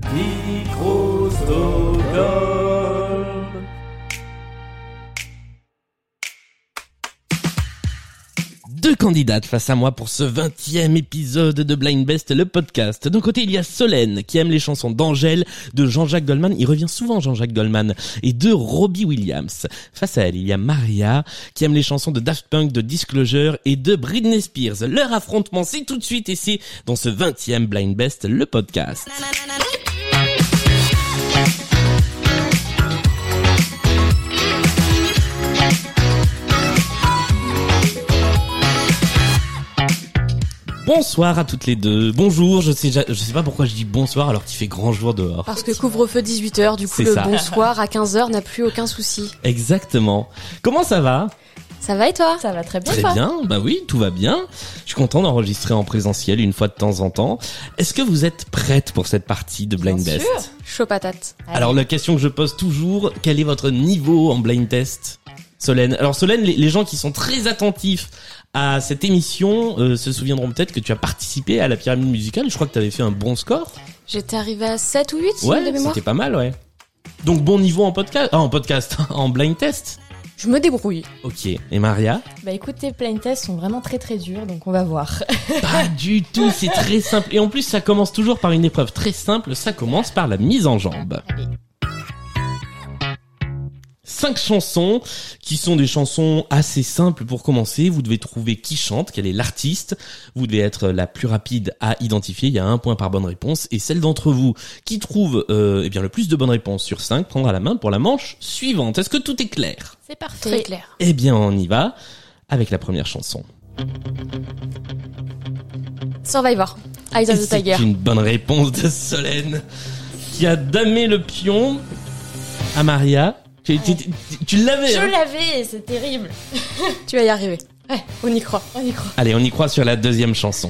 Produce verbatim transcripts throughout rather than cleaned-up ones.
Micro-Stockholm. Deux candidates face à moi pour ce vingtième épisode de Blind Best, le podcast. D'un côté, il y a Solène, qui aime les chansons d'Angèle, de Jean-Jacques Goldman, il revient souvent Jean-Jacques Goldman, et de Robbie Williams. Face à elle, il y a Maria, qui aime les chansons de Daft Punk, de Disclosure et de Britney Spears. Leur affrontement, c'est tout de suite, et c'est dans ce vingtième Blind Best, le podcast. Bonsoir à toutes les deux. Bonjour, je sais je sais pas pourquoi je dis bonsoir alors qu'il fait grand jour dehors. Parce que couvre-feu dix-huit heures, du coup C'est le ça. bonsoir à quinze heures n'a plus aucun souci. Exactement. Comment ça va ? Ça va et toi ? Ça va très bien. Très toi bien, bah oui, tout va bien. Je suis content d'enregistrer en présentiel une fois de temps en temps. Est-ce que vous êtes prête pour cette partie de Blind Bien Test ? sûr. Chaud patate. Allez. Alors la question que je pose toujours, quel est votre niveau en Blind Test ? Solène. Alors Solène, les, les gens qui sont très attentifs à cette émission euh, se souviendront peut-être que tu as participé à la pyramide musicale. Je crois que tu avais fait un bon score. J'étais arrivée à sept ou huit Ouais, de mémoire. c'était pas mal, ouais. Donc bon niveau en podcast, ah, en podcast, en blind test. Je me débrouille. Ok. Et Maria ? Bah écoute, tes blind tests sont vraiment très très durs, donc on va voir. Pas du tout, c'est très simple. Et en plus, ça commence toujours par une épreuve très simple. Ça commence par la mise en jambe. Allez. Cinq chansons qui sont des chansons assez simples pour commencer. Vous devez trouver qui chante, quel est l'artiste. Vous devez être la plus rapide à identifier. Il y a un point par bonne réponse. Et celle d'entre vous qui trouve euh, eh bien le plus de bonnes réponses sur cinq prendra la main pour la manche suivante. Est-ce que tout est clair ? C'est Très parfait. clair. Eh bien, on y va avec la première chanson. Survivor. Eyes Et of the c'est Tiger. une bonne réponse de Solène qui a damé le pion à Maria. Tu, tu, tu, tu l'avais, Je hein ? l'avais, c'est terrible. Tu vas y arriver. Ouais, On y croit. on y croit. Allez, on y croit sur la deuxième chanson.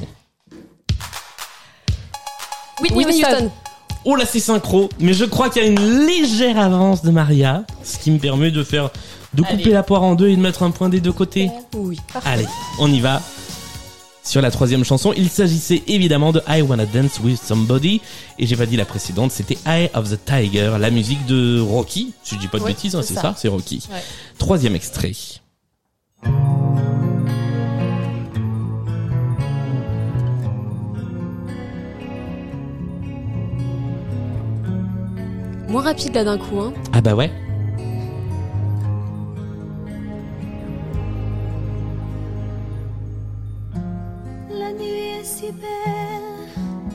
Whitney, Whitney Houston. Houston. Oh là, c'est synchro, mais je crois qu'il y a une légère avance de Maria, ce qui me permet de faire, de couper Allez. la poire en deux et de mettre un point des deux côtés. Oui. Parfait. Allez, on y va. Sur la troisième chanson, il s'agissait évidemment de I Wanna Dance With Somebody. Et j'ai pas dit la précédente, c'était Eye of the Tiger, la musique de Rocky. Si je dis pas de Oui, bêtises, hein, c'est c'est ça, ça. c'est Rocky. Ouais. Troisième extrait. Moins rapide là d'un coup, hein. Ah bah ouais. La nuit est si belle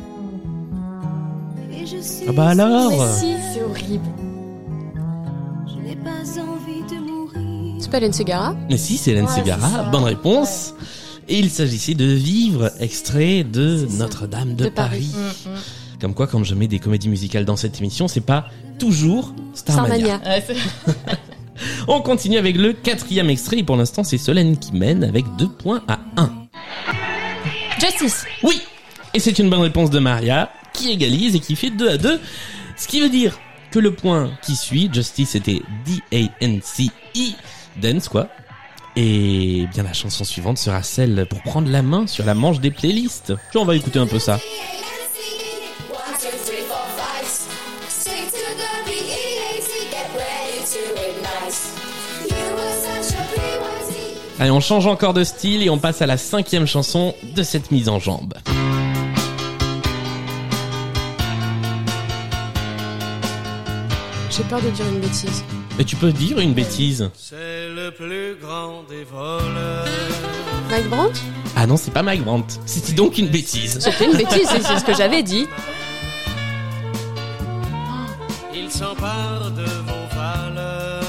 et je suis Ah bah alors. Mais si, c'est horrible. Je n'ai pas envie de mourir. C'est pas Hélène Ségara ? Mais si, c'est Hélène Ouais, Ségara, c'est ça. bonne réponse. Et il s'agissait de Vivre, extrait de C'est ça. Notre-Dame de, De Paris. Paris. Mm, mm. Comme quoi, quand je mets des comédies musicales dans cette émission, c'est pas toujours Starmania. Starmania. Ouais, c'est- On continue avec le quatrième extrait. Et pour l'instant, c'est Solène qui mène avec deux points à un. Justice. Oui. Et c'est une bonne réponse de Maria, qui égalise et qui fait deux à deux. Ce qui veut dire que le point qui suit, Justice, était D A N C E, dance quoi. Et bien la chanson suivante sera celle pour prendre la main sur la manche des playlists. Puis on va écouter un peu ça. Allez, on change encore de style et on passe à la cinquième chanson de cette mise en jambe. J'ai peur de dire une bêtise. Mais tu peux dire une bêtise. C'est le plus grand des voleurs. Mike Brandt ? Ah non, c'est pas Mike Brandt. C'était donc une bêtise. C'était une bêtise, c'est c'est ce que j'avais dit. Il s'empare de vos valeurs.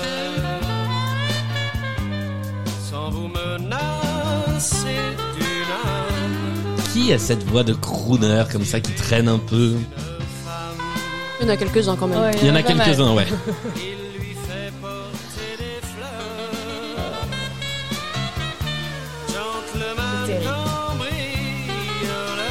Sans vous menacer d'une âme. Qui a cette voix de crooner comme ça qui traîne un peu? Il y en a quelques-uns quand même. Ouais, Il y en a pas mal. quelques-uns, ouais. Il lui fait porter des fleurs. Gentleman C'est terrible. cambrioleur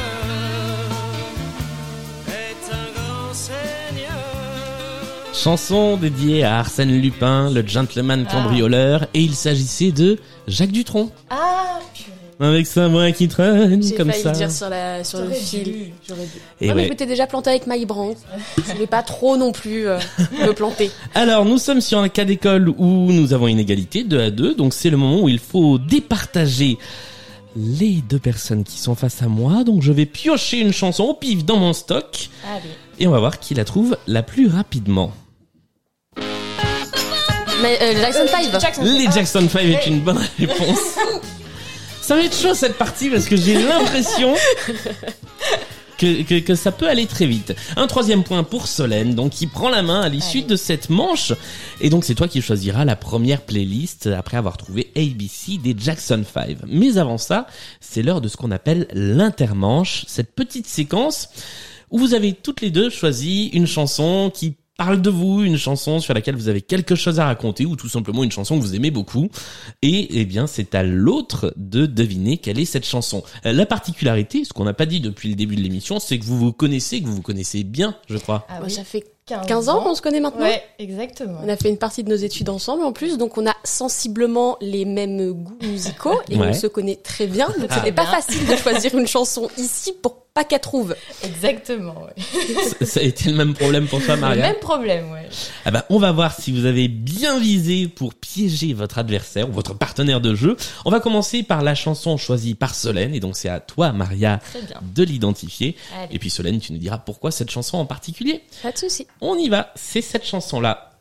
est un grand seigneur. Chanson dédiée à Arsène Lupin, le gentleman cambrioleur, et il s'agissait de Jacques Dutronc. Ah, purée. avec sa voix qui traîne J'ai comme failli ça. dire sur, la, sur le J'aurais fil. dû, j'aurais dû. Et Ouais, mais ouais. je m'étais déjà planté avec Mike Brandt. Je vais pas trop non plus euh, me planter. Alors, nous sommes sur un cas d'école où nous avons une égalité, deux à deux, donc c'est le moment où il faut départager les deux personnes qui sont face à moi. Donc je vais piocher une chanson au pif dans mon stock Allez. et on va voir qui la trouve la plus rapidement. Mais euh, Jackson five. Jackson. Les Jackson five est Ouais. une bonne réponse. Ça va être chaud cette partie parce que j'ai l'impression que, que, que ça peut aller très vite. Un troisième point pour Solène, donc qui prend la main à l'issue Allez. de cette manche. Et donc c'est toi qui choisiras la première playlist après avoir trouvé A B C des Jackson five. Mais avant ça, c'est l'heure de ce qu'on appelle l'intermanche, cette petite séquence où vous avez toutes les deux choisi une chanson qui parle de vous, une chanson sur laquelle vous avez quelque chose à raconter ou tout simplement une chanson que vous aimez beaucoup. Et eh bien, c'est à l'autre de deviner quelle est cette chanson. Euh, La particularité, ce qu'on n'a pas dit depuis le début de l'émission, c'est que vous vous connaissez, que vous vous connaissez bien, je crois. Ah Moi, oui. ça fait quinze, quinze ans qu'on se connaît maintenant. Ouais, exactement. On a fait une partie de nos études ensemble en plus, donc on a sensiblement les mêmes goûts musicaux et Ouais. on se connaît très bien. Donc Ah. c'était pas Bien. facile de choisir une chanson ici pour pas qu'elle trouve. Exactement, ouais. Ça- Ça a été le même problème pour toi, Le Maria. même problème, ouais. Ah bah, on va voir si vous avez bien visé pour piéger votre adversaire ou votre partenaire de jeu. On va commencer par la chanson choisie par Solène, et donc c'est à toi, Maria, Très bien. de l'identifier. Allez. Et puis Solène, tu nous diras pourquoi cette chanson en particulier. Pas de souci. On y va, c'est cette chanson-là.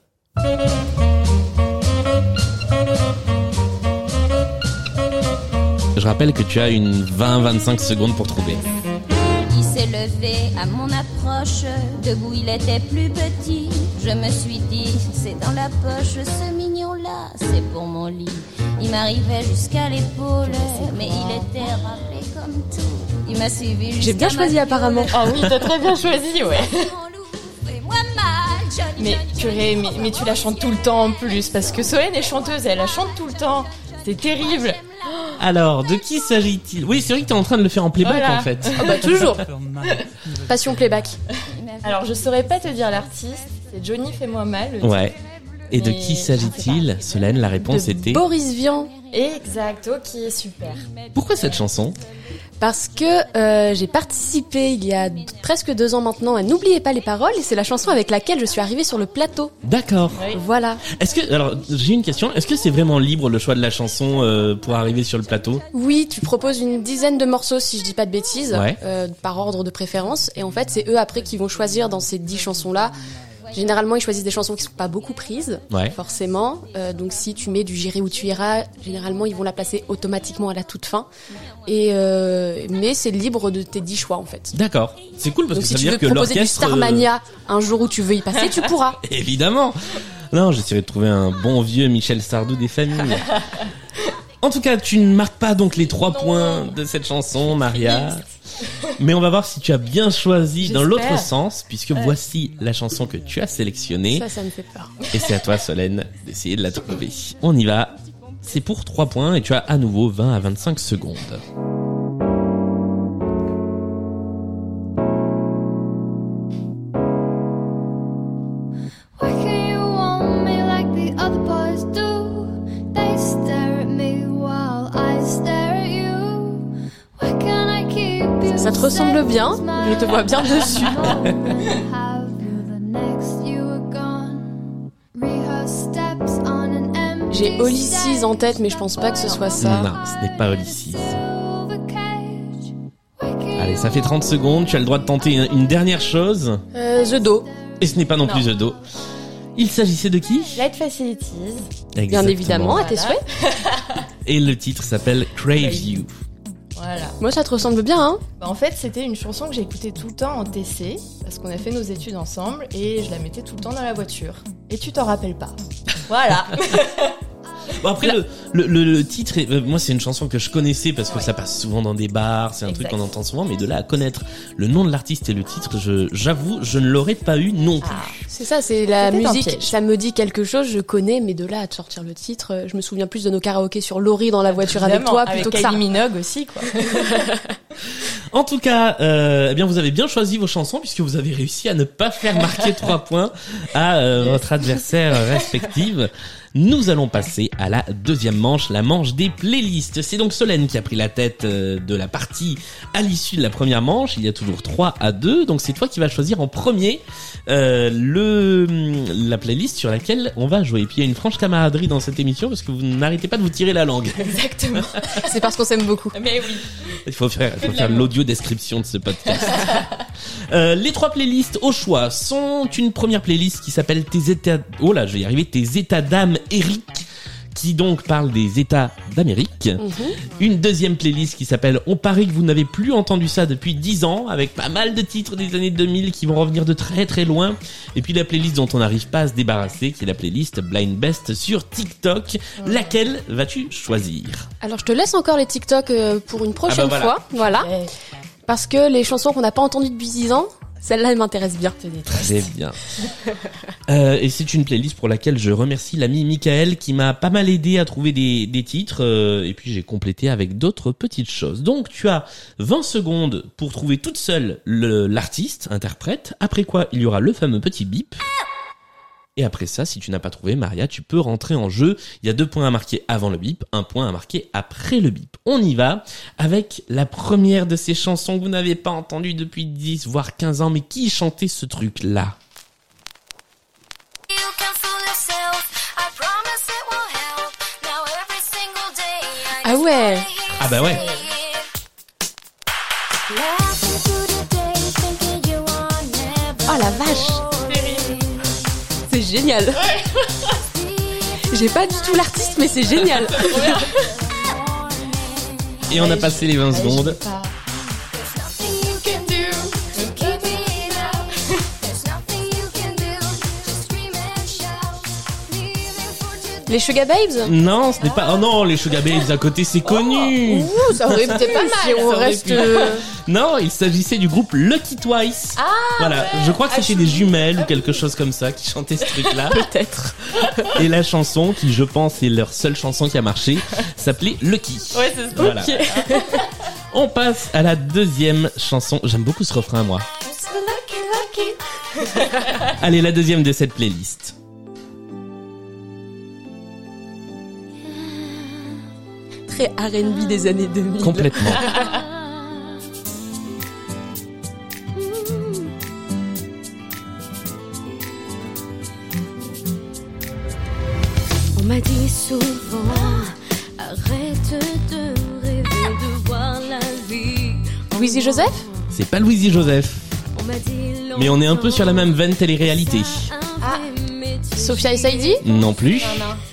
Je rappelle que tu as une vingt à vingt-cinq secondes pour trouver. Il s'est levé à mon approche, debout il était plus petit. Je me suis dit, c'est dans la poche, ce mignon-là, c'est pour mon lit. Il m'arrivait jusqu'à l'épaule, mais il était rappelé comme tout. Il m'a suivi jusqu'à J'ai bien ma choisi fiole. apparemment. Ah oui, t'as très bien choisi, ouais. Mon loup, fais-moi mal, Johnny, Mais, Johnny, purée, Johnny, mais, mais tu la chantes tout le temps en plus, parce que Solène est chanteuse, elle la chante tout le temps. C'est terrible. Alors, de qui s'agit-il? Oui, c'est vrai que t'es en train de le faire en playback, Voilà. en fait. Ah bah toujours. Passion playback. Alors, je saurais pas te dire l'artiste, c'est Johnny Fais-moi mal. le Ouais. Et de Mais qui je sais s'agit-il? Solène, la réponse De était... Boris Vian. Exact, ok, super. Pourquoi cette chanson? Parce que euh, j'ai participé il y a d- presque deux ans maintenant à N'oubliez pas les paroles et c'est la chanson avec laquelle je suis arrivée sur le plateau. D'accord. Oui. Voilà. Est-ce que... Alors, j'ai une question. Est-ce que c'est vraiment libre, le choix de la chanson, euh, pour arriver sur le plateau? Oui, tu proposes une dizaine de morceaux si je dis pas de bêtises, Ouais. euh, par ordre de préférence. Et en fait, c'est eux après qui vont choisir dans ces dix chansons-là. Généralement, ils choisissent des chansons qui sont pas beaucoup prises, Ouais. forcément. Euh, donc, si tu mets du J'irai où tu iras, généralement, ils vont la placer automatiquement à la toute fin. Et euh, mais c'est libre de tes dix choix en fait. D'accord. C'est cool parce Donc, que si ça tu veut veux dire que proposer du l'orchestre... euh, Starmania un jour où tu veux y passer, tu pourras. Évidemment. Non, j'essaierai de trouver un bon vieux Michel Sardou des familles. En tout cas, tu ne marques pas donc les trois points de cette chanson, Maria. Mais on va voir si tu as bien choisi dans J'espère. l'autre sens, puisque voici la chanson que tu as sélectionnée. Ça, ça me fait peur. Et c'est à toi, Solène, d'essayer de la trouver. On y va. C'est pour trois points et tu as à nouveau vingt à vingt-cinq secondes. Why can't you want me like the other boys do? They stare at me while I stare at you. Why can't I keep you Ça te ressemble bien, je te vois bien dessus. J'ai Ulysses en tête, mais je pense pas que ce soit ça. Non, ce n'est pas Ulysses. Allez, ça fait trente secondes. Tu as le droit de tenter une, une dernière chose. Euh, The Do, Et ce n'est pas non, Non. plus The Do. Il s'agissait de qui? Light Facilities. bien Exactement. évidemment, à tes Voilà. souhaits. Et le titre s'appelle Crave You. Voilà. Moi, ça te ressemble bien, hein. Bah, en fait, c'était une chanson que j'écoutais tout le temps en T C, parce qu'on a fait nos études ensemble, et je la mettais tout le temps dans la voiture. Et tu t'en rappelles pas. Voilà. Bon, après, le, le, le, le titre, est- euh, moi, c'est une chanson que je connaissais parce que Ouais. ça passe souvent dans des bars, c'est un truc Exact. qu'on entend souvent, mais de là à connaître le nom de l'artiste et le titre, je, j'avoue, je ne l'aurais pas eu non plus. Ah. C'est ça, c'est la C'était un musique. piège. Ça me dit quelque chose, je connais, mais de là à te sortir le titre, euh, je me souviens plus de nos karaokés sur Laurie dans la voiture avec Évidemment, toi avec plutôt que ça. Kylie Minogue aussi, quoi. En tout cas, euh, eh bien vous avez bien choisi vos chansons puisque vous avez réussi à ne pas faire marquer trois points à euh, votre adversaire respective. Nous allons passer à la deuxième manche, la manche des playlists. C'est donc Solène qui a pris la tête euh, de la partie à l'issue de la première manche. Il y a toujours trois à deux, donc c'est toi qui vas choisir en premier euh, le la playlist sur laquelle on va jouer. Et puis il y a une franche camaraderie dans cette émission parce que vous n'arrêtez pas de vous tirer la langue. Exactement. C'est parce qu'on s'aime beaucoup. Mais oui. Il faut faire, il faut faire l'audio description de ce podcast. euh, les trois playlists au choix sont une première playlist qui s'appelle Tes états, oh là, je vais y arriver, Tes états d'âme Eric, qui donc parle des États d'Amérique. Mm-hmm. Une deuxième playlist qui s'appelle On parie que vous n'avez plus entendu ça depuis dix ans, avec pas mal de titres des années deux mille qui vont revenir de très très loin. Et puis la playlist dont on n'arrive pas à se débarrasser, qui est la playlist Blind Best sur TikTok. Ouais. Laquelle vas-tu choisir? Alors je te laisse encore les TikTok pour une prochaine ah bah voilà. fois. Voilà. Ouais. Parce que les chansons qu'on n'a pas entendues depuis dix ans, celle-là, elle m'intéresse bien. Très bien. euh, et c'est une playlist pour laquelle je remercie l'ami Michael qui m'a pas mal aidé à trouver des, des titres. Euh, et puis j'ai complété avec d'autres petites choses. Donc tu as vingt secondes pour trouver toute seule le, l'artiste, interprète. Après quoi, il y aura le fameux petit bip. Et après ça, si tu n'as pas trouvé, Maria, tu peux rentrer en jeu. Il y a deux points à marquer avant le bip, un point à marquer après le bip. On y va avec la première de ces chansons que vous n'avez pas entendues depuis dix, voire quinze ans. Mais qui chantait ce truc-là? Ah ouais. Ah bah ouais. Oh la vache. C'est génial. Ouais. J'ai pas du tout l'artiste, mais c'est génial. Et on a passé les vingt secondes. Les Sugar Babes? Non, ce n'est pas. Oh non, les Sugar Babes à côté, c'est connu. Oh, ouh, ça aurait été pas mal. Si on reste. Euh... Non, il s'agissait du groupe Lucky Twice. Ah. Voilà, ouais. Je crois que c'était ah, des jumelles ou quelque chose comme ça qui chantaient ce truc-là. Peut-être. Et la chanson, qui je pense est leur seule chanson qui a marché, s'appelait Lucky. Ouais, c'est ça. Voilà. Okay. On passe à la deuxième chanson. J'aime beaucoup ce refrain, moi. Lucky, lucky. Allez, la deuxième de cette playlist. Très R and B des années deux mille. Complètement. On m'a dit souvent, arrête de rêver de voir la vie. Louisie Joseph? C'est pas Louisie Joseph. On m'a dit mais on est un peu sur la même veine télé-réalité. Ah. Sophia et Saïdi? Non plus. Non, non.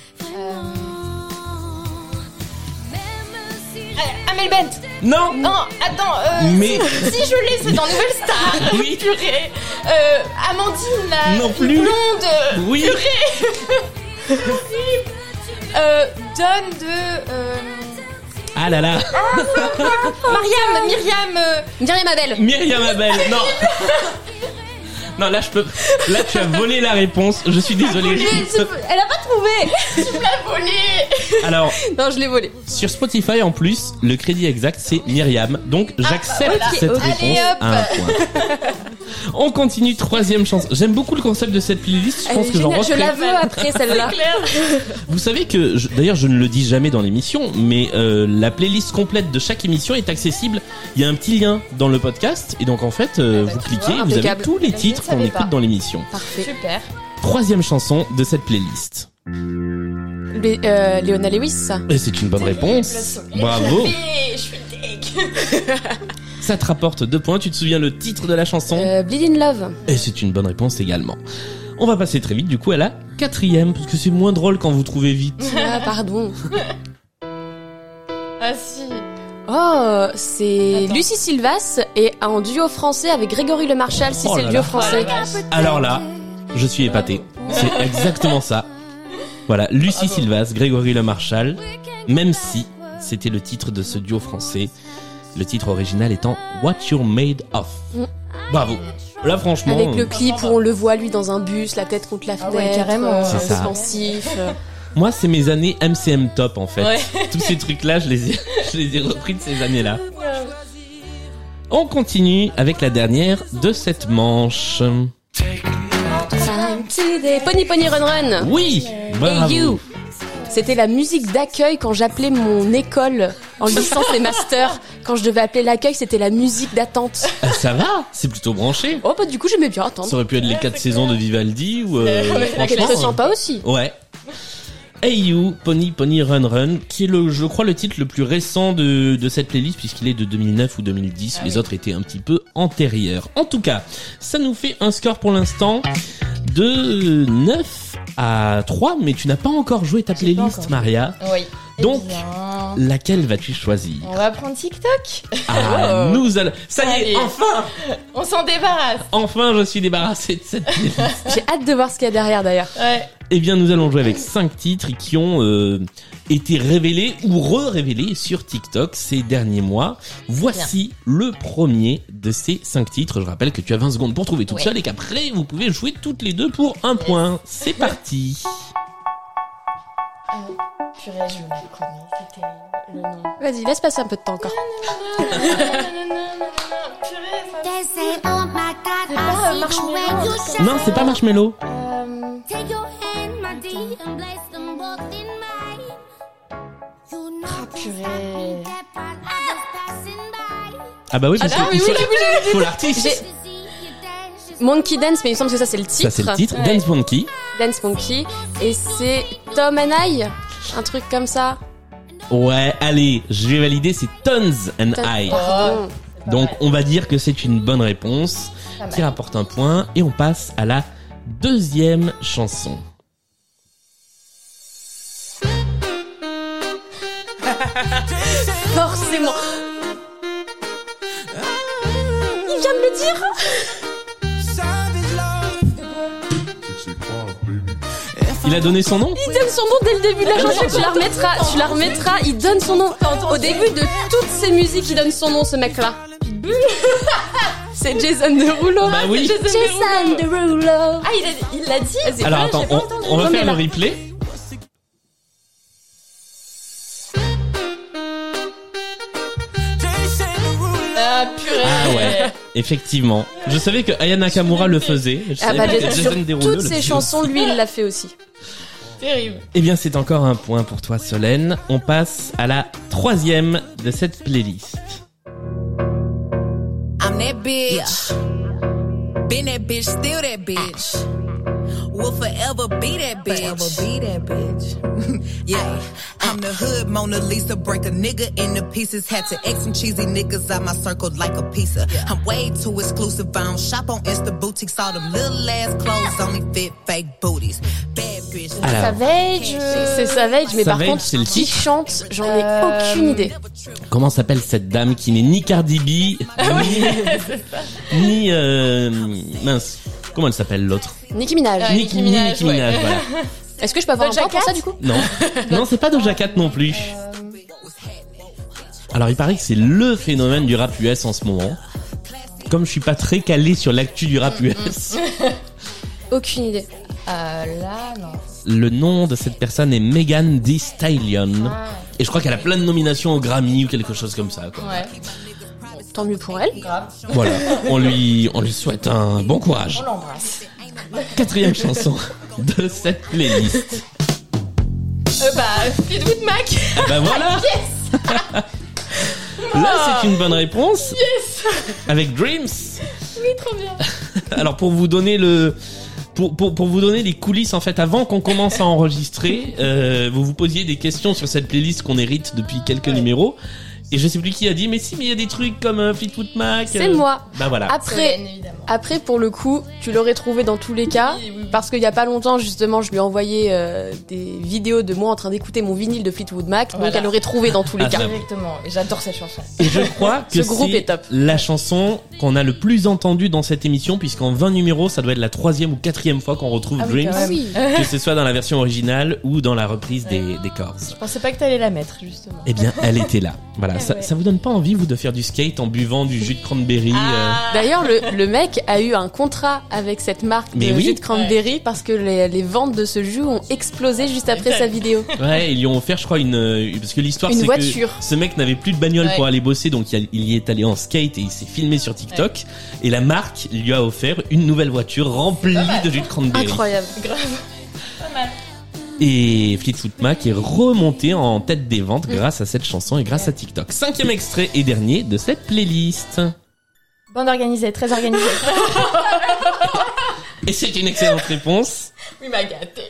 Amel Bent. Non. Non, attends. Euh, mais si, si je l'ai, c'est dans Nouvelle Star. Oui. Purée. Euh, Amandine, la non plus. blonde. Oui. Purée. euh, Donne de. Euh... Ah là là. Ah, Mariam, Myriam, euh... Myriam Abel. Myriam Abel. Non. Non, là je peux. Là tu as volé la réponse. Je suis désolé. Je peux... Elle a pas trouvé. Tu me l'as volé. Alors. Non, je l'ai volé. Sur Spotify en plus, le crédit exact c'est Myriam. Donc j'accepte ah, voilà. cette okay. réponse à un point. On continue, troisième chanson. J'aime beaucoup le concept de cette playlist. Je Elle pense est que j'en géniale, je la veux après celle-là. Vous savez que, je, d'ailleurs, je ne le dis jamais dans l'émission, mais euh, la playlist complète de chaque émission est accessible. Il y a un petit lien dans le podcast, et donc en fait, euh, bah, vous cliquez, vois, vous avez impeccable. tous les Mais titres qu'on écoute pas. dans l'émission. Parfait. Super. Troisième chanson de cette playlist. Lé- euh, Léona Lewis. Et c'est une bonne réponse. Bravo. Je suis deg. Ça te rapporte deux points. Tu te souviens le titre de la chanson? Euh, Bleed in Love. Et c'est une bonne réponse également. On va passer très vite du coup à la quatrième, parce que c'est moins drôle quand vous trouvez vite. Ah, pardon. Ah si. Oh, c'est Attends. Lucie Silvas et un duo français avec Grégory Le Marchal, si Oh c'est là le duo là. français. Alors là, je suis épaté. C'est exactement ça. Voilà, Lucie Bravo. Silvas, Grégory Le Marchal, même si c'était le titre de ce duo français, le titre original étant What You're Made Of. Mm. Bravo. Là franchement, Avec le clip où on le voit lui dans un bus, la tête contre la Ah fenêtre, ouais, carrément. euh, C'est ça. pensif. euh. moi c'est mes années M C M Top en fait. Ouais. Tous ces trucs là, je les ai, je les ai repris de ces années-là. On continue avec la dernière de cette manche. Pony Pony Run Run. Oui, bravo. Hey You. C'était la musique d'accueil quand j'appelais mon école en licence et master. Quand je devais appeler l'accueil, c'était la musique d'attente. Ah, ça va, c'est plutôt branché. Oh bah du coup j'aimais bien attendre. Ça aurait pu être les quatre saisons de Vivaldi ou euh, Qui est très franchement. sympa aussi. Ouais. Hey You, Pony Pony Run Run, qui est le, je crois, le titre le plus récent de, de cette playlist puisqu'il est de deux mille neuf ou deux mille dix. Ah, les oui. autres étaient un petit peu antérieurs. En tout cas, ça nous fait un score pour l'instant de neuf à trois, mais tu n'as pas encore joué ta J'ai playlist, Maria. Oui. Donc, eh bien, laquelle vas-tu choisir? on va prendre TikTok. Ah, Oh. nous allons... Ça y est, Allez. enfin On s'en débarrasse. Enfin, je suis débarrassé de cette playlist. J'ai hâte de voir ce qu'il y a derrière d'ailleurs. Ouais. Eh bien, nous allons jouer avec cinq titres qui ont euh, été révélés ou re-révélés sur TikTok ces derniers mois. Voici le premier de ces cinq titres. Je rappelle que tu as vingt secondes pour trouver toute Ouais. seule et qu'après, vous pouvez jouer toutes les deux pour un point. C'est parti. Purée, je me la connais, c'est terrible. Le nom. Vas-y, laisse passer un peu de temps encore. Purée, ça... oh my god, C'est pas euh, Marshmello. Non, c'est pas Marshmello. Euh... Take your hand, my dear, and place them both in mine. You know Ah, purée. that part I was passing by. Ah bah oui, parce Ah, qu'il oui, faut, oui, oui, faut l'artiste. J'ai- To see you dance, just Monkey Dance, mais il me semble que ça c'est le titre. Ça, c'est le titre. Ouais. Dance Monkey. Dance Monkey. Et c'est Tom and I. Un truc comme ça. Ouais, allez, je vais valider, c'est Tons and Tom- I. Pardon. Pas Donc, mal. on va dire que c'est une bonne réponse Pas mal. qui rapporte un point. Et on passe à la deuxième chanson. Forcément. Il vient de le dire. Il a donné son nom? Il donne son nom dès le début de la chanson. Tu la remettras. Tu la remettras. Il donne son nom. Au début de toutes ses musiques, il donne son nom, ce mec-là. C'est Jason Derulo. Bah oui. Jason Derulo. Ah, il a- il l'a dit. Vas-y. Alors Ouais, attends, j'ai pas on, entendu. on va Remets faire le là. replay. Ah, purée. Ah ouais, effectivement. Je savais que Aya Nakamura le faisait. Je Ah savais bah, que sur Jason Derulo toutes le ses faisait. chansons, lui, il l'a fait aussi. Terrible. Eh bien, c'est encore un point pour toi, Solène. On passe à la troisième de cette playlist. I'm that bitch. Been that bitch, still that bitch. Will forever be that bitch. Forever be that bitch. Yeah, I'm the hood Mona Lisa. Break a nigga into pieces. Had to X some cheesy niggas out my circle like a pizza. I'm way too exclusive. I don't shop on Insta boutiques. All them little ass clothes only fit fake booties. Bad bitch. Alors, Savage. euh, C'est Savage, mais par Savage, contre, c'est le qui titre. chante, j'en ai Euh, aucune idée. comment s'appelle cette dame qui n'est ni Cardi B, ni, ni euh, mince, comment elle s'appelle l'autre? Nicki Minaj. Ouais. Ni Nicki Minaj, Nicki ouais. Minaj, voilà. Est-ce que je peux avoir un Doja point pour ça Cat du coup? Non, non, c'est pas Doja Cat non plus. Alors, il paraît que c'est le phénomène du rap U S en ce moment. Comme je suis pas très calé sur l'actu du rap U S, Aucune idée. Euh, là, non. le nom de cette personne est Megan Thee Stallion. Ah, Et je crois qu'elle a plein de nominations au Grammy ou quelque chose comme ça, quoi. ouais. Tant mieux pour elle. Grave. Voilà, on lui, on lui souhaite un bon courage. On l'embrasse. Quatrième chanson de cette playlist. Euh, bah, Fleetwood Mac. Ah bah voilà. Là, c'est une bonne réponse. Yes. Avec Dreams. Oui, trop bien. Alors pour vous donner le pour, pour, pour vous donner les coulisses en fait avant qu'on commence à enregistrer, euh, vous vous posiez des questions sur cette playlist qu'on hérite depuis quelques Ouais. numéros. Et je sais plus qui a dit, mais si, mais il y a des trucs comme euh, Fleetwood Mac. C'est euh, moi. Bah voilà. Après, Solène, évidemment. après pour le coup, tu l'aurais trouvé dans tous les cas. Oui, oui, oui. Parce qu'il y a pas longtemps, justement, je lui ai envoyé euh, des vidéos de moi en train d'écouter mon vinyle de Fleetwood Mac. Donc Voilà. elle aurait trouvé dans tous les Ah, cas. ça- Directement. Et j'adore cette chanson. Et je crois que Ce groupe c'est est top. la chanson qu'on a le plus entendue dans cette émission, puisqu'en vingt numéros, ça doit être la troisième ou quatrième fois qu'on retrouve Ah oui, Dreams, quand même. oui. que ce soit dans la version originale ou dans la reprise des, des Corrs. Je pensais pas que t'allais la mettre, justement. Eh bien, elle était là. Voilà, Ah, ça, ouais. ça vous donne pas envie, vous, de faire du skate en buvant du jus de cranberry euh... D'ailleurs, le, le mec a eu un contrat avec cette marque Mais de oui. jus de cranberry parce que les, les ventes de ce jus ont explosé juste après sa vidéo. Ouais, ils lui ont offert, je crois, une parce que l'histoire Une c'est voiture. que ce mec n'avait plus de bagnole Ouais. pour aller bosser, donc il il y est allé en skate et il s'est filmé sur TikTok. Et la marque lui a offert une nouvelle voiture remplie de jus de cranberry. Incroyable. Grave. Pas mal. Et Fleetwood Mac est remonté en tête des ventes grâce à cette chanson et grâce à TikTok. Cinquième extrait et dernier de cette playlist. Bande organisée, très organisée. Et c'est une excellente réponse. Oui, m'a gâté.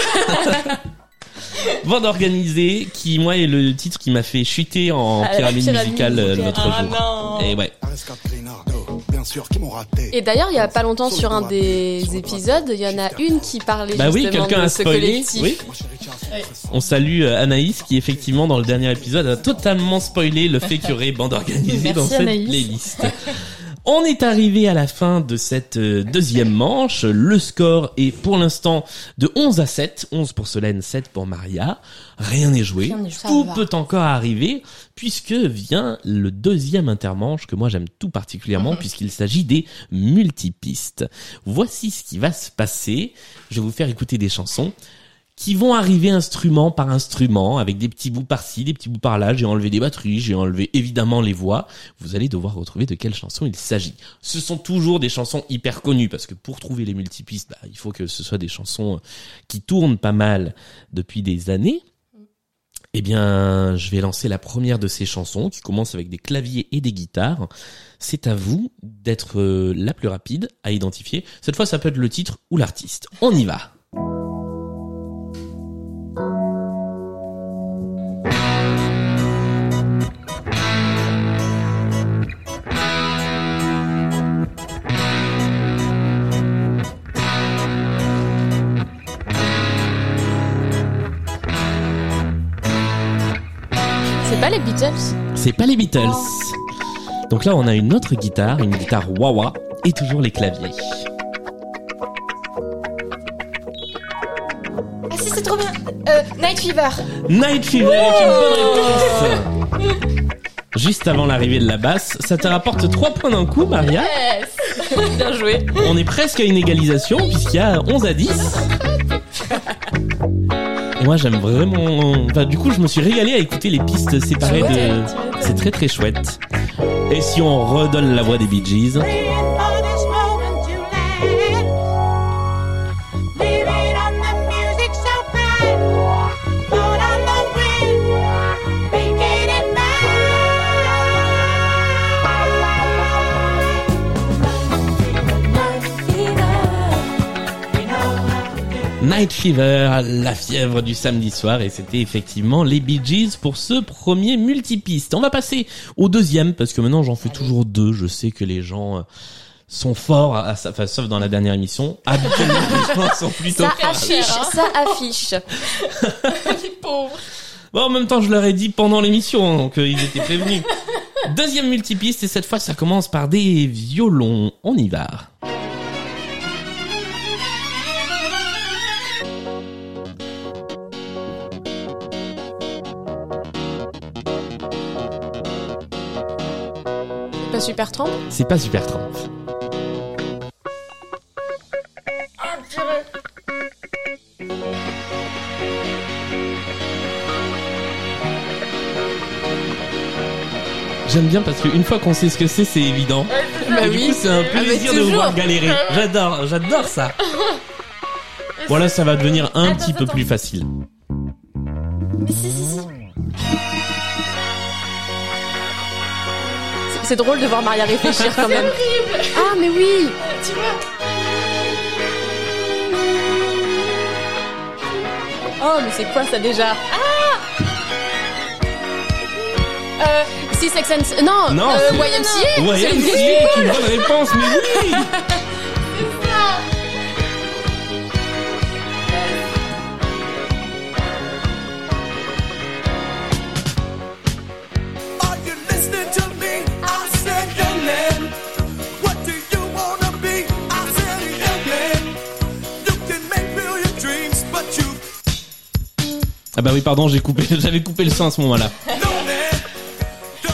Bande organisée, qui moi est le titre qui m'a fait chuter en Ah, la pyramide pyramide musicale euh, musicale. l'autre Ah jour. non. Et ouais. Bien sûr, qui m'ont raté. Et d'ailleurs, il y a pas longtemps sur un des épisodes, il y en a une qui parlait Bah oui, justement quelqu'un de a ce spoilé. collectif. Oui. On salue euh, Anaïs qui effectivement dans le dernier épisode a totalement spoilé le fait qu'il y aurait bande organisée Merci, dans cette Anaïs. playlist. On est arrivé à la fin de cette euh, deuxième manche. Le score est pour l'instant de onze à sept. onze pour Solène, sept pour Maria. Rien n'est joué. Rien n'est joué. Tout Ça va. peut encore arriver puisque vient le deuxième intermanche que moi j'aime tout particulièrement puisqu'il s'agit des multipistes. Voici ce qui va se passer. Je vais vous faire écouter des chansons qui vont arriver instrument par instrument, avec des petits bouts par-ci, des petits bouts par-là. J'ai enlevé des batteries, j'ai enlevé évidemment les voix. Vous allez devoir retrouver de quelle chanson il s'agit. Ce sont toujours des chansons hyper connues, parce que pour trouver les multipistes, bah, il faut que ce soit des chansons qui tournent pas mal depuis des années. Eh bien, je vais lancer la première de ces chansons, qui commence avec des claviers et des guitares. C'est à vous d'être euh, la plus rapide à identifier. Cette fois, ça peut être le titre ou l'artiste. On y va. C'est pas les Beatles? C'est pas les Beatles. Donc là, on a une autre guitare, une guitare wah-wah, et toujours les claviers. Ah si, c'est trop bien. Euh, Night Fever. Night Fever est une bonne réponse. Juste avant l'arrivée de la basse, ça te rapporte trois points d'un coup, Maria. Yes. Bien joué. On est presque à une égalisation, puisqu'il y a onze à dix. Et moi, j'aime vraiment... Enfin, du coup, je me suis régalé à écouter les pistes séparées de... C'est très très chouette. Et si on redonne la voix des Bee Gees... Night Fever, la fièvre du samedi soir, et c'était effectivement les Bee Gees pour ce premier multipiste. On va passer au deuxième, parce que maintenant j'en fais toujours deux. Je sais que les gens euh, sont forts, à ça, enfin, sauf dans la dernière émission. Habituellement, les gens sont plutôt Ça forts. affiche, ça affiche. Les pauvres. Bon, en même temps, je leur ai dit pendant l'émission, donc euh, ils étaient prévenus. Deuxième multipiste, et cette fois, ça commence par des violons. On y va. Pas Super Tramp? C'est pas Super Tramp. J'aime bien parce qu'une fois qu'on sait ce que c'est, c'est évident. Bah Et du oui. coup, c'est un Ah, mais plaisir de vous toujours. voir galérer. J'adore, j'adore ça. Voilà, ça va devenir un Attends, petit peu attends. plus facile. Mais si, si, si. C'est- C'est drôle de voir Maria réfléchir quand même. Horrible. Ah, mais oui. Tu vois. Oh, mais c'est quoi ça déjà? Euh, Six Sex and... Non, Non, euh, c'est- Y M C A. Ouais, c'est les c'est Village une bonne réponse, mais oui. Are you listening to me? I said young man. What do you wanna be? I said young man. You can make real your dreams, but you Ah bah oui, pardon, j'ai coupé, j'avais coupé le son à ce moment-là. know man.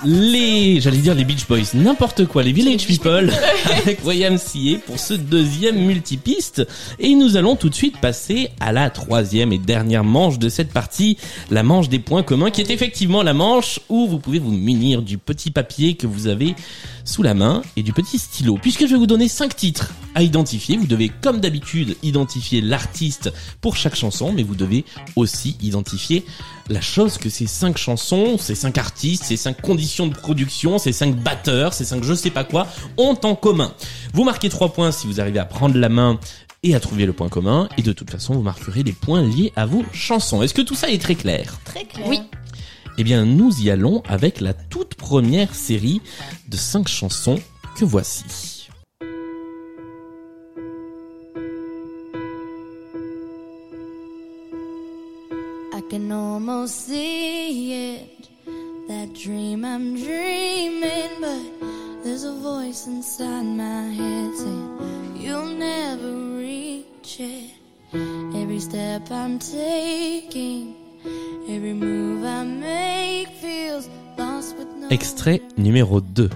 les, j'allais dire les Beach Boys, n'importe quoi, les Village People avec Y M C A pour ce deuxième multipiste. Et nous allons tout de suite passer à la troisième et dernière manche de cette partie, la manche des points communs, qui est effectivement la manche où vous pouvez vous munir du petit papier que vous avez sous la main et du petit stylo. Puisque je vais vous donner cinq titres à identifier, vous devez comme d'habitude identifier l'artiste pour chaque chanson, mais vous devez aussi identifier la chose que ces cinq chansons, ces cinq artistes, ces cinq conditions de production, ces cinq batteurs, ces cinq je sais pas quoi, ont en commun. Vous marquez trois points si vous arrivez à prendre la main et à trouver le point commun, et de toute façon vous marquerez des points liés à vos chansons. Est-ce que tout ça est très clair ? Très clair. Oui. Eh bien, nous y allons avec la toute première série de cinq chansons que voici. I can almost see it, that dream I'm dreaming, but there's a voice inside my head saying you'll never reach it. Every step I'm taking, every move I make feels lost with no... Extrait numéro deux.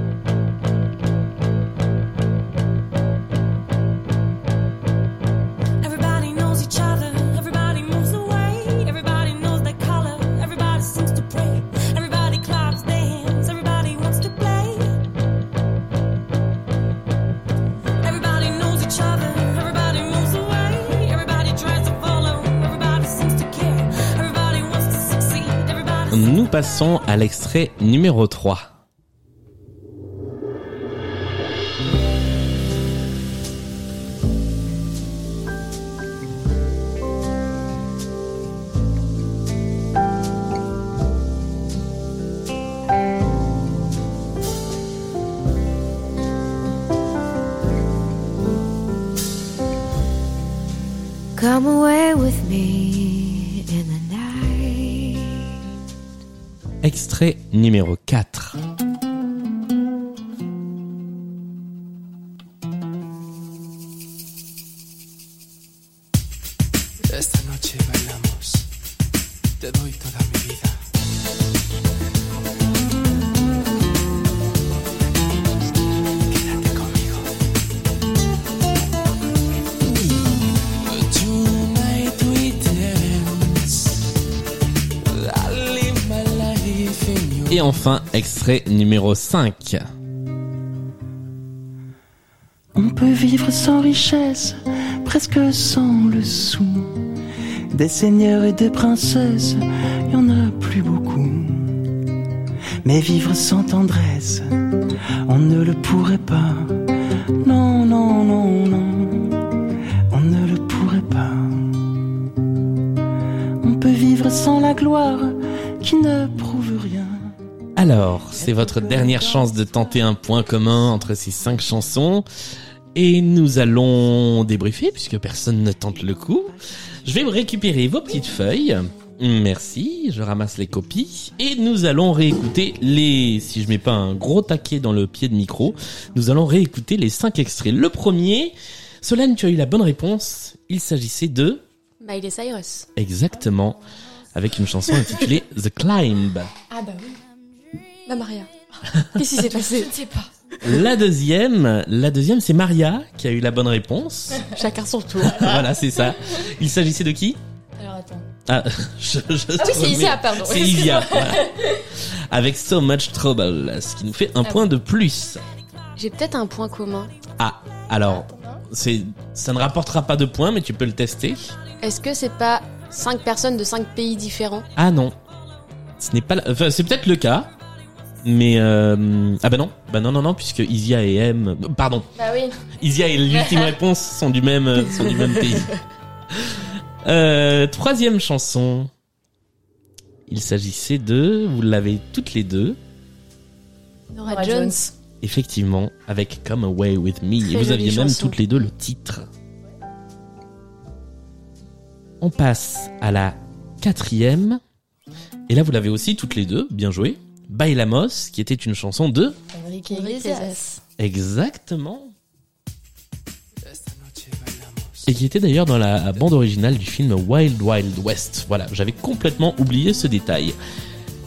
Everybody knows each other, everybody moves away, everybody knows their color, everybody seems to pray, everybody claps their hands, everybody wants to play. Everybody knows each other, everybody moves away, everybody tries to follow, everybody seems to care, everybody wants to succeed, everybody... Nous passons à l'extrait numéro trois. Come away with me in the night. Extrait numéro quatre. Esta noche bailamos, te doy toda mi vida. Quédate conmigo. Tonight we dance. I live my life in your... Et enfin, extrait numéro cinq. On peut vivre sans richesse, presque sans le sou. Des seigneurs et des princesses, y en a plus beaucoup. Mais vivre sans tendresse, on ne le pourrait pas. Non, non, non, non, on ne le pourrait pas. On peut vivre sans la gloire qui ne prouve rien. Alors, c'est votre dernière chance de tenter un point commun entre ces cinq chansons. Et nous allons débriefer, puisque personne ne tente le coup. Je vais récupérer vos petites feuilles. Merci, je ramasse les copies. Et nous allons réécouter les... Si je mets pas un gros taquet dans le pied de micro, nous allons réécouter les cinq extraits. Le premier, Solène, tu as eu la bonne réponse. Il s'agissait de... Miley Cyrus. Exactement. Avec une chanson intitulée The Climb. Ah bah oui. Bah Maria. Qu'est-ce qui s'est passé? Je ne sais pas. La deuxième, la deuxième, c'est Maria qui a eu la bonne réponse. Chacun son tour. Voilà, c'est ça. Il s'agissait de qui? Alors attends. Ah, je, je Ah oui, c'est Isia, pardon. C'est Isia, voilà. Avec So Much Trouble, ce qui nous fait un Ah point oui. de plus. J'ai peut-être un point commun. Ah, alors, c'est, ça ne rapportera pas de points, mais tu peux le tester. Est-ce que c'est pas cinq personnes de cinq pays différents? Ah non, ce n'est pas, la- enfin, c'est peut-être le cas, mais euh... ah bah non, bah non non non, puisque Isia et M, pardon, Bah oui. Isia et l'ultime réponse sont du même, euh, sont du même pays. Euh, troisième chanson. Il s'agissait de, vous l'avez toutes les deux, Nora Nora Jones. Jones. effectivement, avec Come Away With Me. Très Et vous jolie aviez même chanson. toutes les deux le titre. On passe à la quatrième. Et là, vous l'avez aussi toutes les deux, bien joué. Bailamos, qui était une chanson de... Enrique Enrique Iglesias. Exactement. Esta noche bailamos. Et qui était d'ailleurs dans la bande originale du film Wild Wild West. Voilà, j'avais complètement oublié ce détail.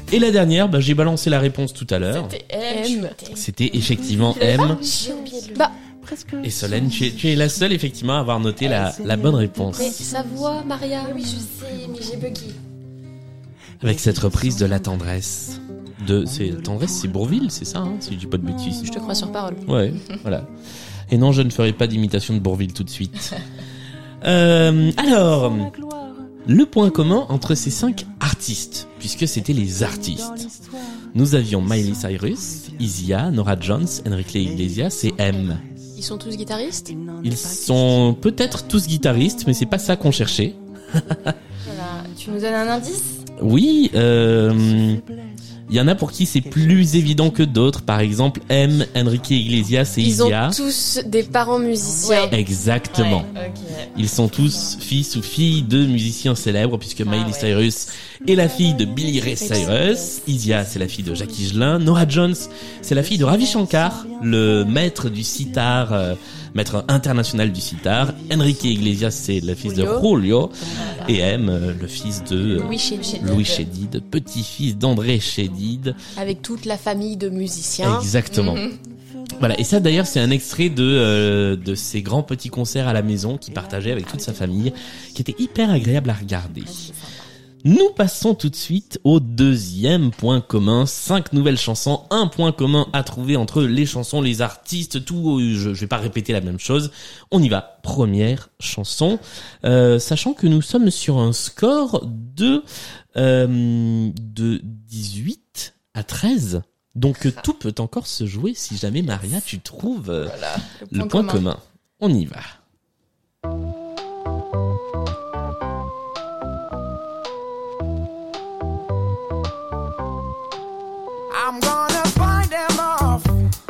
Et la dernière, bah, j'ai balancé la réponse tout à l'heure. C'était M. C'était effectivement M. J'ai oublié de le... Bah, Et Solène, tu es, tu es la seule effectivement à avoir noté la, la bonne réponse. mais sa voix, Maria. Oui, je sais, mais j'ai bugué. Avec cette reprise de La Tendresse. De, c'est, Tendresse, c'est Bourvil, c'est ça, hein, si je dis pas de bêtises. Je te crois sur parole. Ouais, voilà. Et non, je ne ferai pas d'imitation de Bourvil tout de suite. Euh, alors, le point commun entre ces cinq artistes, puisque c'était les artistes. Nous avions Miley Cyrus, Isia, Norah Jones, Enrique Iglesias et M. Ils sont tous guitaristes? Ils sont peut-être tous guitaristes, mais c'est pas ça qu'on cherchait. Voilà. Tu nous donnes un indice? Oui, euh, il y en a pour qui c'est plus évident que d'autres. Par exemple, M, Enrique Iglesias et Ils Isia. ont tous des parents musiciens. Ouais. Exactement. Ouais, ok. Ils sont tous fils ou filles de musiciens célèbres, puisque Miley ouais. Cyrus est la fille de Billy Ray Cyrus, Isia c'est la fille de Jackie Higelin, Norah Jones c'est la fille de Ravi Shankar, le maître du sitar, euh, maître international du sitar, Enrique Iglesias c'est le fils de Julio, et M, euh, le fils de euh, Louis Chédid. Louis Chédid, petit-fils d'André Chédid. Avec toute la famille de musiciens. Exactement. Mhm. Voilà, et ça d'ailleurs c'est un extrait de euh, de ces grands petits concerts à la maison qu'il partageait avec toute sa famille, qui était hyper agréable à regarder. Nous passons tout de suite au deuxième point commun. Cinq nouvelles chansons, un point commun à trouver entre les chansons, les artistes, tout. Je, je vais pas répéter la même chose. On y va. Première chanson, euh, sachant que nous sommes sur un score de euh, de dix-huit à treize. Donc tout peut encore se jouer si jamais Maria tu trouves euh, Voilà, le point commun. On y va. I'm gonna find them off.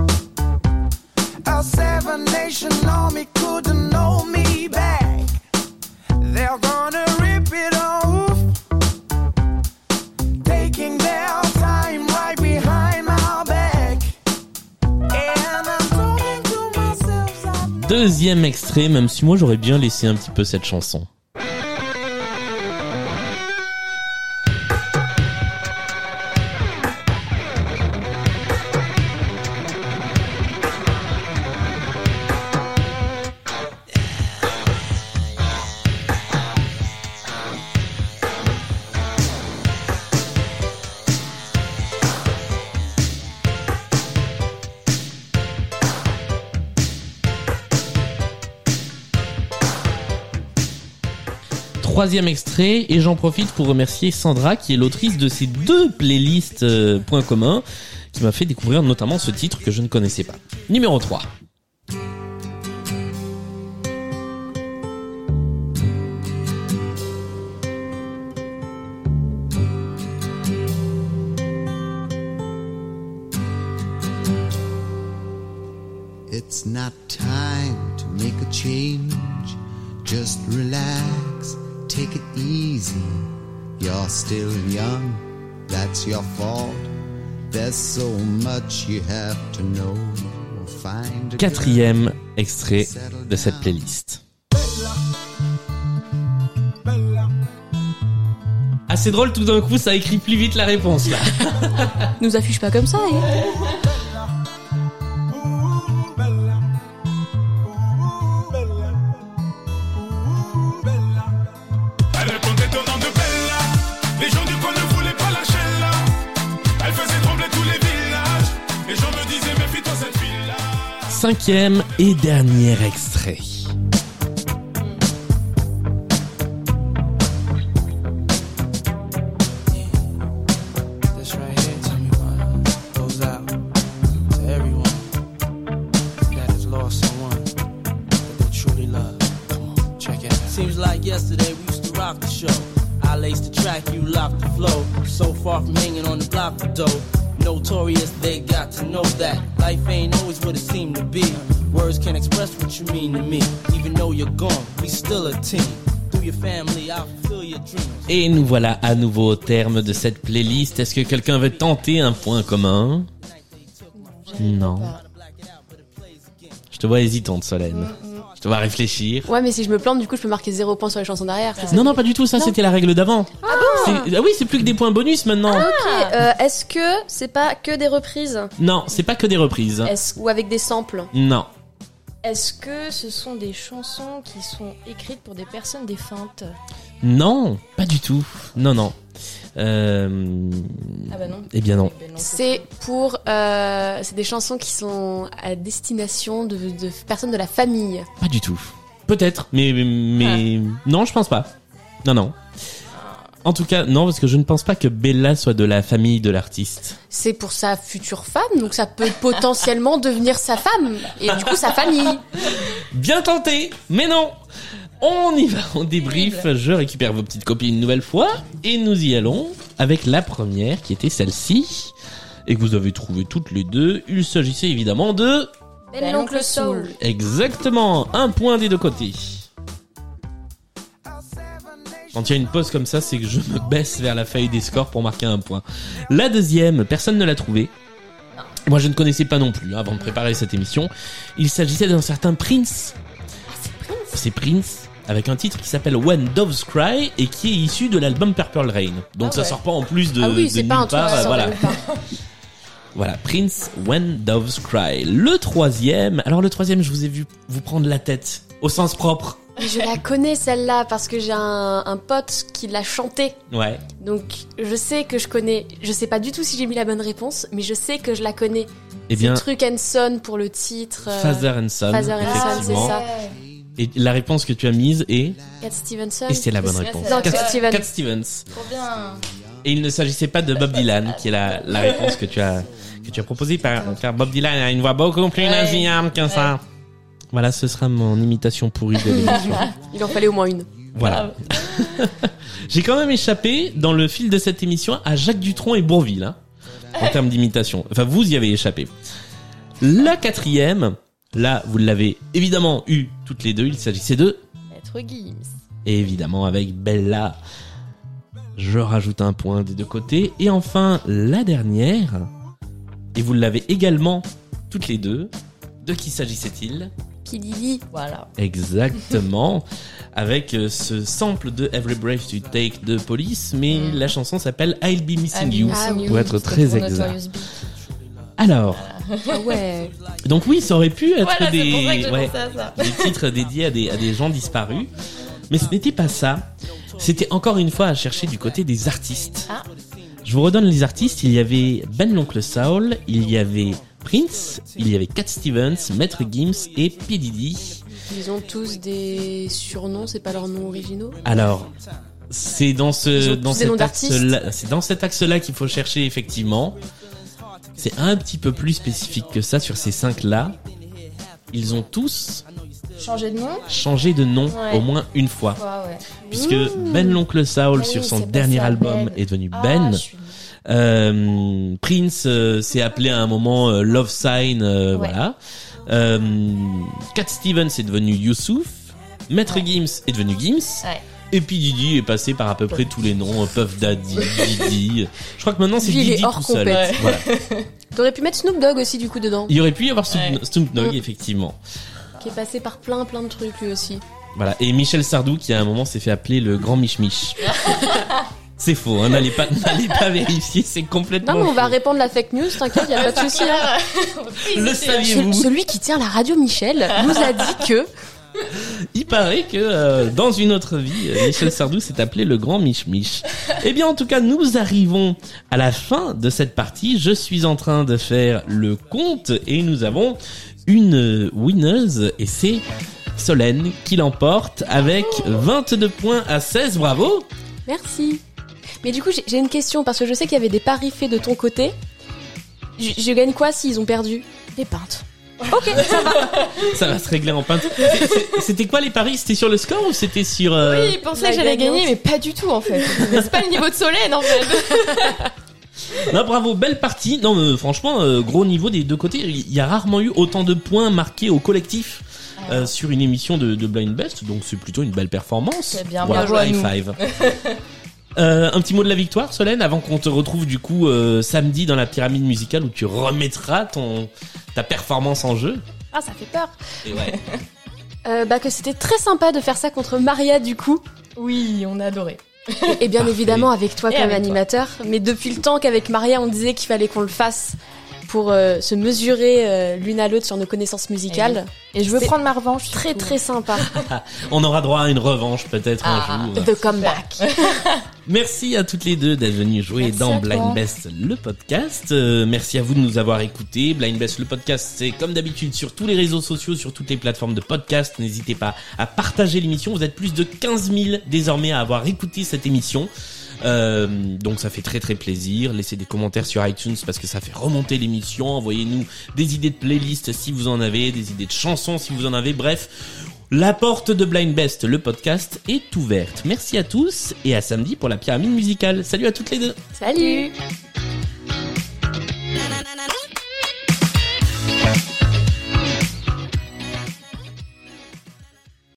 A seven nation army couldn't hold me back. They're gonna rip it off, taking their time right behind my back. And I'm talking to myself. I'm Deuxième extrait, même si moi j'aurais bien laissé un petit peu cette chanson. Troisième extrait, et j'en profite pour remercier Sandra qui est l'autrice de ces deux playlists euh, points communs, qui m'a fait découvrir notamment ce titre que je ne connaissais pas. Numéro trois. It's not time to make a change. Just relax, take it easy. You're still young, that's your fault. There's so much you have to know. Find a Quatrième extrait de cette playlist. Ah, c'est drôle, tout d'un coup, ça écrit plus vite la réponse, là. Nous affiche pas comme ça, hein. Elle répondait au nom de Bella. Les gens du coin ne voulaient pas lâcher là. Elle faisait trembler tous les villages. Les gens me disaient méfie-toi cette fille-là. Cinquième et dernier extrait. This right here, tell me why, goes out to everyone that has lost someone that they truly love. Come on, check it out. Seems like yesterday we used to rock the show. I laced the track, you locked the flow. So far from hanging on the block for dough. Notorious, they got to know that life ain't always what it seemed to be. Words can't express what you mean to me. Even though you're gone, we still a team. Through your family, I'll fulfill your dreams. Et nous voilà à nouveau au terme de cette playlist. Est-ce que quelqu'un veut tenter un point commun? Non. Je te vois hésitante, Solène. Je te vois réfléchir. Ouais, mais si je me plante, du coup, je peux marquer zéro point sur les chansons derrière. c'est ça Non, non, pas du tout, ça Non. c'était la règle d'avant. Ah bon? C'est- Ah oui, c'est plus que des points bonus maintenant. Ok, euh, est-ce que c'est pas que des reprises? Non, c'est pas que des reprises. Est-ce... Ou avec des samples? Non. Est-ce que ce sont des chansons qui sont écrites pour des personnes défuntes? Non, pas du tout. Non, non. Euh... Ah bah non. Eh bien non. C'est pour, euh, c'est des chansons qui sont à destination de, de personnes de la famille. Pas du tout. Peut-être, mais mais non, je pense pas. Non, non. En tout cas, non, parce que je ne pense pas que Bella soit de la famille de l'artiste. C'est pour sa future femme, donc ça peut potentiellement devenir sa femme et du coup sa famille. Bien tenté, mais non. On y va, on débrief. Je récupère vos petites copies une nouvelle fois et nous y allons avec la première qui était celle-ci et que vous avez trouvé toutes les deux. Il s'agissait évidemment de Ben l'oncle Soul. exactement un point des deux côtés. Quand il y a une pause comme ça, c'est que je me baisse vers la feuille des scores pour marquer un point. La deuxième, personne ne l'a trouvée. Moi, je ne connaissais pas non plus hein, avant de préparer cette émission. Il s'agissait d'un certain Prince. C'est Prince, avec un titre qui s'appelle When Doves Cry et qui est issu de l'album Purple Rain. Donc Ah ça ouais. sort pas en plus de, Ah oui, de c'est nulle pas un truc part. qui euh, sort de voilà. nulle part. Voilà, Prince, When Doves Cry. Le troisième, alors le troisième, je vous ai vu vous prendre la tête, au sens propre. Je la connais celle-là parce que j'ai un, un pote qui l'a chantée. Ouais. Donc je sais que je connais, je sais pas du tout si j'ai mis la bonne réponse, mais je sais que je la connais. Eh bien, C'est Truc and Son pour le titre. euh, Father and Son, Father and Son, c'est effectivement. ça. Et la réponse que tu as mise est... Cat Stevenson. Et c'est la bonne C'est- réponse. Non, Cat, Cat Stevens. Cat Stevens. Trop bien. Et il ne s'agissait pas de Bob Dylan, qui est la, la réponse que tu as, que tu as proposée, par, car Bob Dylan a une voix beaucoup plus Ouais. nasillarde que ça. Voilà, ce sera mon imitation pourrie de l'émission. Il en fallait au moins une. Voilà. J'ai quand même échappé, dans le fil de cette émission, à Jacques Dutronc et Bourvil, hein, en termes d'imitation. Enfin, vous y avez échappé. La quatrième, là, vous l'avez évidemment eu toutes les deux, il s'agissait de... Maître Gims. Et évidemment avec Bella. Je rajoute un point des deux côtés. Et enfin, la dernière. Et vous l'avez également toutes les deux. De qui s'agissait-il? Pilili. Voilà. Exactement. Avec euh, ce sample de Every Breath You Take de Police. Mais Mm. la chanson s'appelle I'll Be Missing I'll Be You. Missing Ah You, pour être c'était très pour exact. Notorious Big. Alors, Ah ouais. donc oui, ça aurait pu être Voilà, c'est pour ça que des, j'ai ouais, pensé à ça. des titres dédiés à des, à des gens disparus. Mais ce n'était pas ça. C'était encore une fois à chercher du côté des artistes. Ah. Je vous redonne les artistes. Il y avait Ben l'Oncle Soul, il y avait Prince, il y avait Cat Stevens, Maître Gims et P. Diddy. Ils ont tous des surnoms, c'est pas leurs noms originaux. Alors, c'est dans Ils ce, ont dans tous des noms cet d'artistes. axe-là, c'est dans cet axe-là qu'il faut chercher effectivement. C'est un petit peu plus spécifique que ça sur ces cinq-là. Ils ont tous Changer de nom? changé de nom Ouais. au moins une fois. Ouais, ouais. Puisque Ben l'Oncle Soul Ah sur oui, son c'est dernier passé à album Ben. est devenu Ah, Ben. je suis- Euh, Prince euh, s'est appelé à un moment euh, Love Sign, euh, Ouais. voilà. Euh, Cat Stevens est devenu Youssouf. Maître Ouais. Gims est devenu Gims. Ouais. Et puis Didi est passé par à peu près tous les noms. euh, Puff Daddy, Didi. Je crois que maintenant c'est Lui, il est Didi hors tout seul. compète. Voilà. T'aurais pu mettre Snoop Dogg aussi du coup dedans, Il y aurait pu y avoir Snoop, Ouais. Snoop Dogg, Mm. effectivement. qui est passé par plein plein de trucs lui aussi. Voilà. Et Michel Sardou qui à un moment s'est fait appeler le grand Mich Mich. C'est faux, hein, n'allez pas, n'allez pas vérifier, c'est complètement Non mais on va faux. répandre la fake news, t'inquiète, y a pas de souci. hein. Le saviez-vous? Ce- Celui qui tient la radio Michel nous a dit que Il paraît que euh, dans une autre vie, euh, Michel Sardou s'est appelé le grand Mich Mich. Eh bien, en tout cas, nous arrivons à la fin de cette partie. Je suis en train de faire le compte et nous avons une euh, winneuse et c'est Solène qui l'emporte avec vingt-deux points à seize. Bravo! merci. Mais du coup j'ai- j'ai une question parce que je sais qu'il y avait des paris faits de ton côté. Je, je gagne quoi s'ils ont perdu? Des pintes. Ok, ça va. Ça va se régler en peinture. C'est- c'est- C'était quoi les paris? C'était sur le score ou c'était sur... euh, Oui, il pensait la que j'allais gagnante. gagner, mais pas du tout en fait. Mais c'est pas le niveau de Solène en fait. Non, bravo, belle partie. Non, mais franchement, euh, gros niveau des deux côtés. Il y a rarement eu autant de points marqués au collectif euh, sur une émission de, de Blind Best, donc c'est plutôt une belle performance. C'est bien, Voilà, bien joué à high nous. five. Euh, un petit mot de la victoire, Solène, avant qu'on te retrouve du coup euh, samedi dans la pyramide musicale où tu remettras ton ta performance en jeu. Ah ça fait peur. Et ouais. Euh, bah que c'était très sympa de faire ça contre Maria du coup. Oui, on a adoré. Et, et bien Parfait. évidemment avec toi Et comme avec toi. animateur. Mais depuis le temps qu'avec Maria, on disait qu'il fallait qu'on le fasse pour euh, se mesurer euh, l'une à l'autre sur nos connaissances musicales. Et je veux C'est prendre ma revanche. Très surtout. très sympa. On aura droit à une revanche peut-être Ah, un jour. The comeback. Merci à toutes les deux d'être venues jouer Merci dans à toi. Blind Best le podcast. Euh, merci à vous de nous avoir écoutés. Blind Best le podcast, c'est comme d'habitude sur tous les réseaux sociaux, sur toutes les plateformes de podcast. N'hésitez pas à partager l'émission. Vous êtes plus de quinze mille désormais à avoir écouté cette émission. Euh, donc ça fait très très plaisir. Laissez des commentaires sur iTunes parce que ça fait remonter l'émission. Envoyez-nous des idées de playlist si vous en avez, des idées de chansons si vous en avez. Bref, la porte de Blind Best, le podcast, est ouverte. Merci à tous et à samedi pour la pyramide musicale. Salut à toutes les deux. Salut.